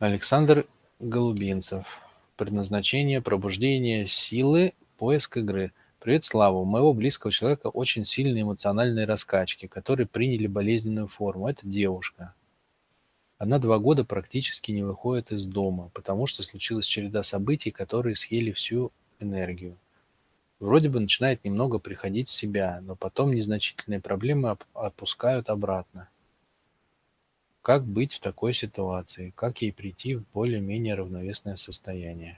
Александр Голубинцев. Предназначение, пробуждение, силы, поиск игры. Привет, Слава. У моего близкого человека очень сильные эмоциональные раскачки, которые приняли болезненную форму. Это девушка. Она 2 года практически не выходит из дома, потому что случилась череда событий, которые съели всю энергию. Вроде бы начинает немного приходить в себя, но потом незначительные проблемы опускают обратно. Как быть в такой ситуации? Как ей прийти в более-менее равновесное состояние?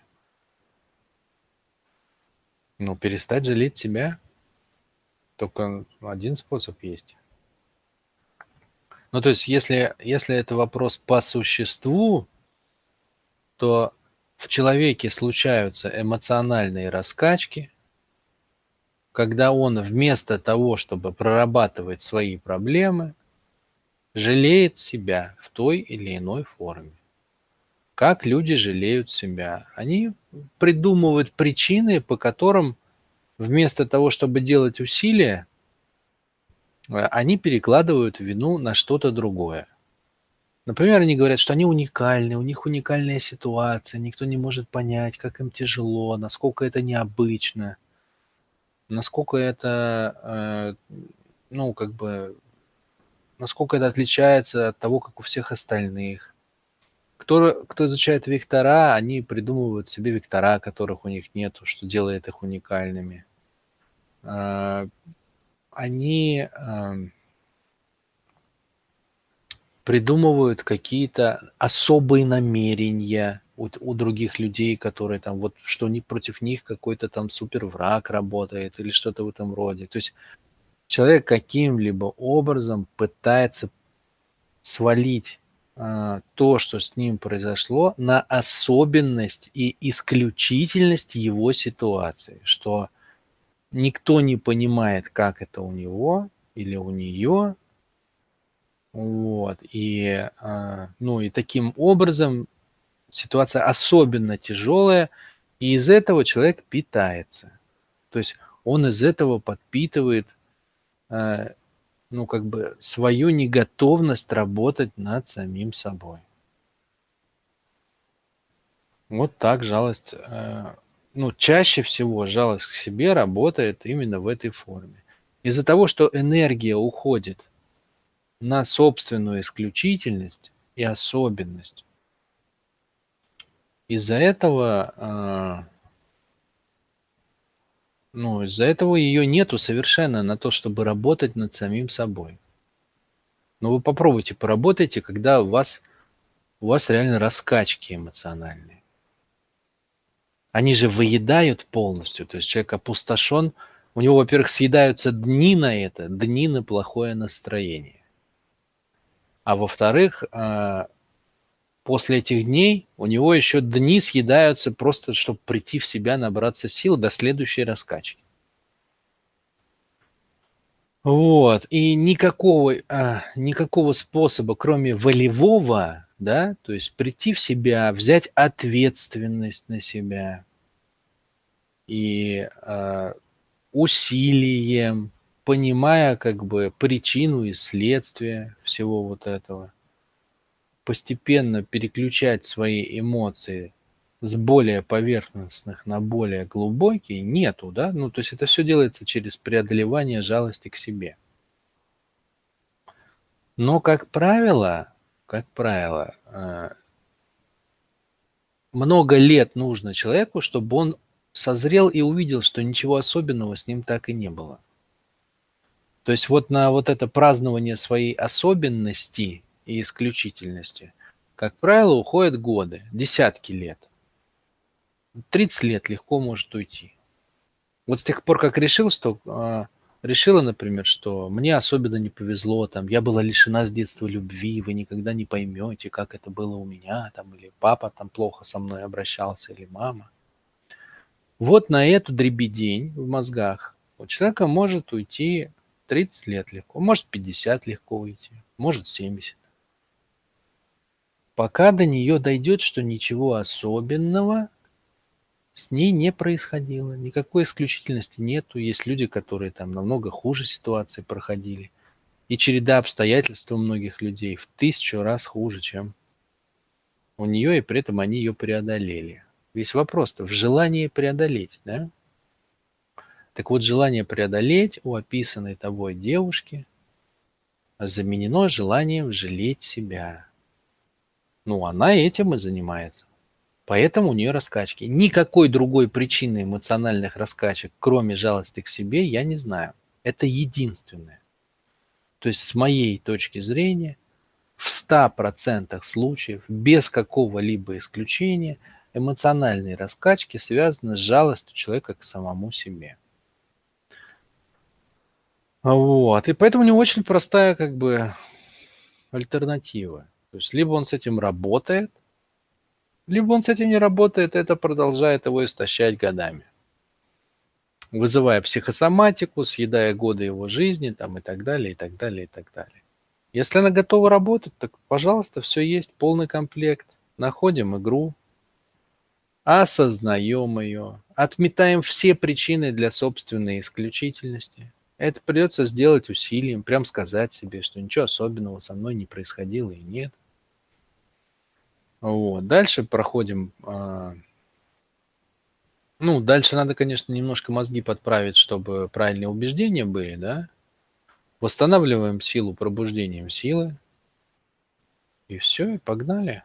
Ну, перестать жалеть себя. Только один способ есть. Ну, то есть, если это вопрос по существу, то в человеке случаются эмоциональные раскачки, когда он вместо того, чтобы прорабатывать свои проблемы, жалеет себя в той или иной форме. Как люди жалеют себя? Они придумывают причины, по которым вместо того, чтобы делать усилия, они перекладывают вину на что-то другое. Например, они говорят, что они уникальны, у них уникальная ситуация, никто не может понять, как им тяжело, насколько это необычно, насколько это, ну, как бы, насколько это отличается от того, как у всех остальных. Кто изучает вектора, они придумывают себе вектора, которых у них нету, что делает их уникальными. А, Они придумывают какие-то особые намерения у других людей, которые там вот, что против них какой-то там супервраг работает или что-то в этом роде. То есть человек каким-либо образом пытается свалить то, что с ним произошло, на особенность и исключительность его ситуации, что никто не понимает, как это у него или у нее. Вот. Ну и таким образом ситуация особенно тяжелая, и из этого человек питается. То есть он из этого подпитывает, э, ну, как бы свою неготовность работать над самим собой. Вот так жалость, ну, чаще всего жалость к себе работает именно в этой форме. Из-за того, что энергия уходит на собственную исключительность и особенность, из-за этого, ну, из-за этого ее нету совершенно на то, чтобы работать над самим собой. Но вы попробуйте, поработайте, когда у вас реально раскачки эмоциональные. Они же выедают полностью, то есть человек опустошен, у него, во-первых, съедаются дни на это, дни на плохое настроение. А во-вторых, после этих дней у него еще дни съедаются просто, чтобы прийти в себя, набраться сил до следующей раскачки. Вот. И никакого способа, кроме волевого, да, то есть прийти в себя, взять ответственность на себя и усилием, понимая как бы причину и следствие всего вот этого, постепенно переключать свои эмоции с более поверхностных на более глубокие нету, да, ну то есть это все делается через преодолевание жалости к себе. Но, как правило, много лет нужно человеку, чтобы он созрел и увидел, что ничего особенного с ним так и не было. То есть вот на вот это празднование своей особенности и исключительности, как правило, уходят годы, десятки лет. 30 лет легко может уйти. Вот с тех пор, как решила, например, что мне особенно не повезло, там, я была лишена с детства любви, вы никогда не поймете, как это было у меня, там, или папа там плохо со мной обращался, или мама. Вот на эту дребедень в мозгах у человека может уйти 30 лет легко, может 50 легко уйти, может 70. Пока до нее дойдет, что ничего особенного с ней не происходило, никакой исключительности нету. Есть люди, которые там намного хуже ситуации проходили. И череда обстоятельств у многих людей в 1000 раз хуже, чем у нее, и при этом они ее преодолели. Весь вопрос-то в желании преодолеть, да? Так вот, желание преодолеть у описанной тобой девушки заменено желанием жалеть себя. Ну, она этим и занимается. Поэтому у нее раскачки. Никакой другой причины эмоциональных раскачек, кроме жалости к себе, я не знаю. Это единственное. То есть с моей точки зрения, в 100% случаев, без какого-либо исключения, эмоциональные раскачки связаны с жалостью человека к самому себе. Вот. И поэтому у него очень простая как бы альтернатива. То есть либо он с этим работает, либо он с этим не работает, это продолжает его истощать годами, вызывая психосоматику, съедая годы его жизни там, и так далее, и так далее, и так далее. Если она готова работать, так, пожалуйста, все есть, полный комплект. Находим игру, осознаем ее, отметаем все причины для собственной исключительности. Это придется сделать усилием, прям сказать себе, что ничего особенного со мной не происходило и нет. Вот. Дальше проходим. Ну, дальше надо, конечно, немножко мозги подправить, чтобы правильные убеждения были, да? Восстанавливаем силу пробуждением силы. И все, и погнали.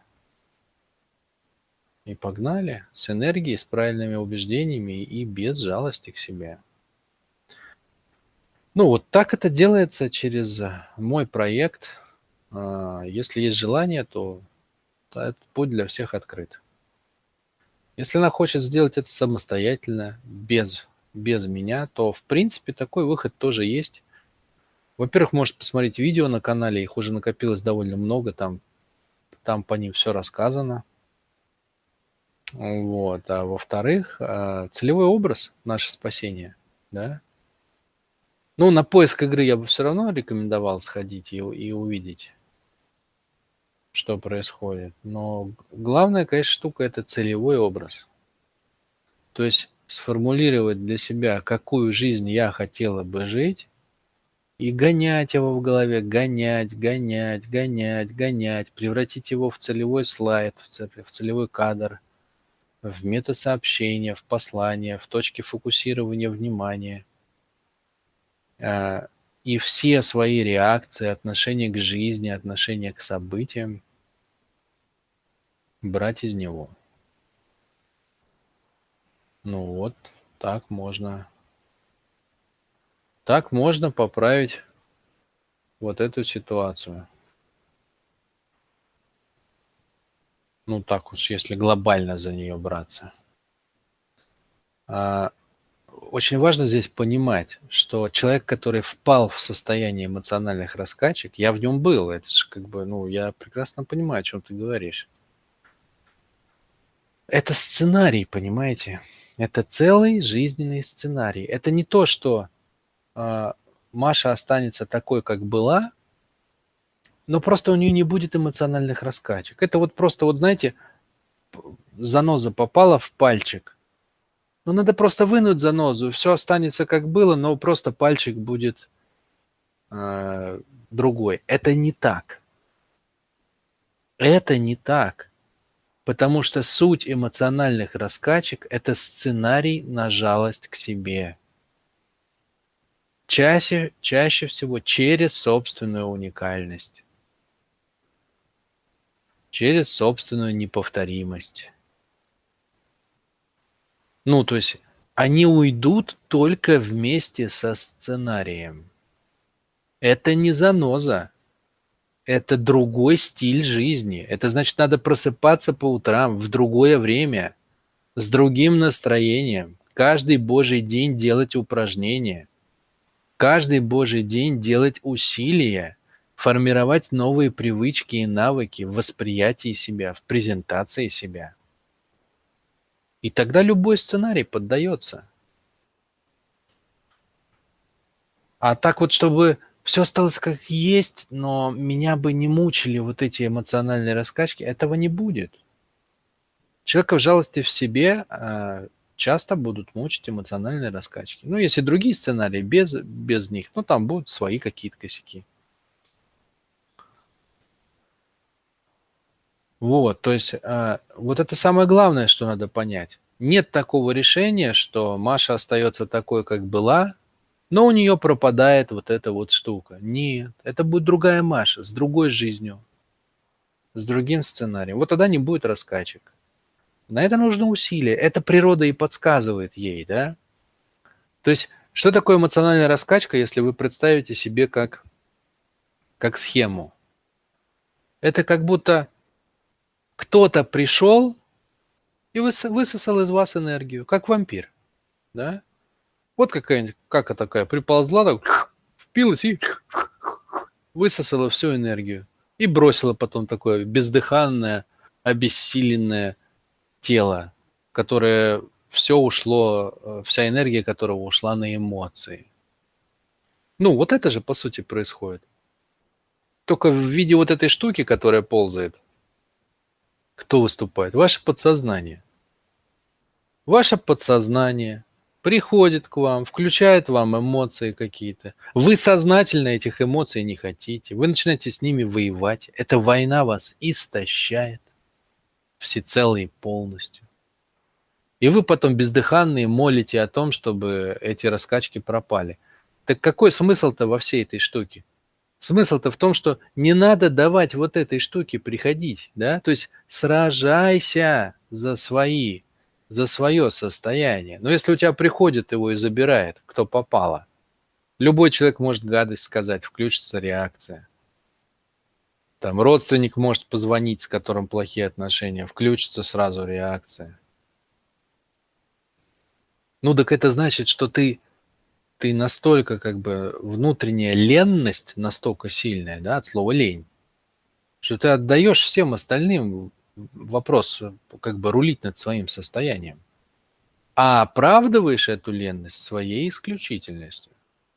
И погнали с энергией, с правильными убеждениями и без жалости к себе. Ну, вот так это делается через мой проект. Если есть желание, то этот путь для всех открыт. Если она хочет сделать это самостоятельно, без меня, то, в принципе, такой выход тоже есть. Во-первых, может посмотреть видео на канале, их уже накопилось довольно много, там по ним все рассказано. Вот. А во-вторых, целевой образ — наше спасение, да. Ну, на поиск игры я бы все равно рекомендовал сходить и увидеть, что происходит. Но главная, конечно, штука — это целевой образ. То есть сформулировать для себя, какую жизнь я хотела бы жить, и гонять его в голове, гонять, гонять, гонять, гонять, превратить его в целевой слайд, в целевой кадр, в метасообщение, в послание, в точки фокусирования внимания. И все свои реакции, отношение к жизни, отношение к событиям брать из него. Ну вот, так можно. Так можно поправить вот эту ситуацию. Ну так уж, если глобально за нее браться. А, Очень важно здесь понимать, что человек, который впал в состояние эмоциональных раскачек, я в нем был, это же как бы, ну, я прекрасно понимаю, о чем ты говоришь. Это сценарий, понимаете? Это целый жизненный сценарий. Это не то, что а, Маша останется такой, как была, но просто у нее не будет эмоциональных раскачек. Это вот просто, вот знаете, заноза попала в пальчик. Ну, надо просто вынуть занозу, все останется как было, но просто пальчик будет другой. Это не так. Это не так. Потому что суть эмоциональных раскачек — это сценарий на жалость к себе. Чаще всего через собственную уникальность, через собственную неповторимость. Ну, то есть они уйдут только вместе со сценарием. Это не заноза, это другой стиль жизни. Это значит, надо просыпаться по утрам в другое время, с другим настроением, каждый божий день делать упражнения, каждый божий день делать усилия, формировать новые привычки и навыки в восприятии себя, в презентации себя. И тогда любой сценарий поддается. А так вот, чтобы все осталось как есть, но меня бы не мучили вот эти эмоциональные раскачки, этого не будет. Человека в жалости в себе часто будут мучить эмоциональные раскачки. Ну, если другие сценарии без них, ну, там будут свои какие-то косяки. Вот, то есть, вот это самое главное, что надо понять. Нет такого решения, что Маша остается такой, как была, но у нее пропадает вот эта вот штука. Нет, это будет другая Маша с другой жизнью, с другим сценарием. Вот тогда не будет раскачек. На это нужно усилие. Это природа и подсказывает ей, да? То есть, что такое эмоциональная раскачка, если вы представите себе как схему? Это как будто кто-то пришел и высосал из вас энергию, как вампир, да? Вот какая-нибудь кака такая приползла, так впилась и высосала всю энергию. И бросила потом такое бездыханное, обессиленное тело, которое все ушло, вся энергия которого ушла на эмоции. Ну, вот это же, по сути, происходит. Только в виде вот этой штуки, которая ползает, кто выступает? Ваше подсознание. Ваше подсознание приходит к вам, включает вам эмоции какие-то. Вы сознательно этих эмоций не хотите. Вы начинаете с ними воевать. Эта война вас истощает всецело и полностью. И вы потом бездыханные молите о том, чтобы эти раскачки пропали. Так какой смысл-то во всей этой штуке? Смысл-то в том, что не надо давать вот этой штуке приходить, да? То есть сражайся за свое состояние. Но если у тебя приходит его и забирает, кто попало, любой человек может гадость сказать, включится реакция. Там родственник может позвонить, с которым плохие отношения, включится сразу реакция. Ну так это значит, что ты настолько как бы внутренняя ленность настолько сильная, да, от слова лень, что ты отдаешь всем остальным вопрос как бы рулить над своим состоянием, а оправдываешь эту ленность своей исключительностью.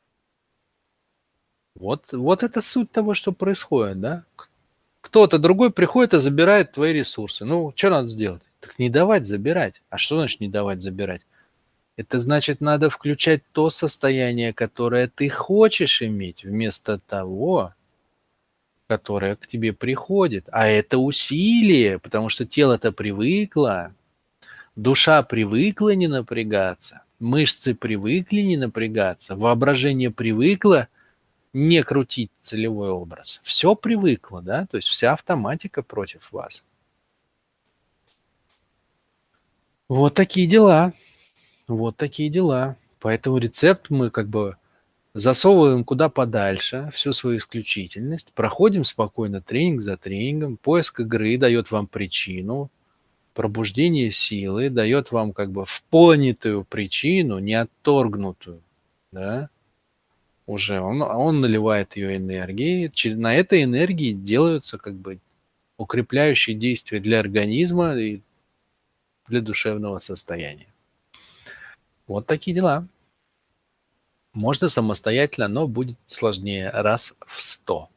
Вот это суть того, что происходит, да? Кто-то другой приходит и забирает твои ресурсы. Ну, что надо сделать? Так не давать забирать. А что значит не давать забирать? Это значит, надо включать то состояние, которое ты хочешь иметь, вместо того, которое к тебе приходит. А это усилие, потому что тело-то привыкло, душа привыкла не напрягаться, мышцы привыкли не напрягаться, воображение привыкло не крутить целевой образ. Все привыкло, да, то есть вся автоматика против вас. Вот такие дела, вот такие дела. Поэтому рецепт мы как бы засовываем куда подальше всю свою исключительность, проходим спокойно тренинг за тренингом, поиск игры дает вам причину, пробуждение силы дает вам как бы в понятую причину, не отторгнутую, да, уже он наливает ее энергией, на этой энергии делаются как бы укрепляющие действия для организма и для душевного состояния. Вот такие дела. Можно самостоятельно, но будет сложнее раз в 100.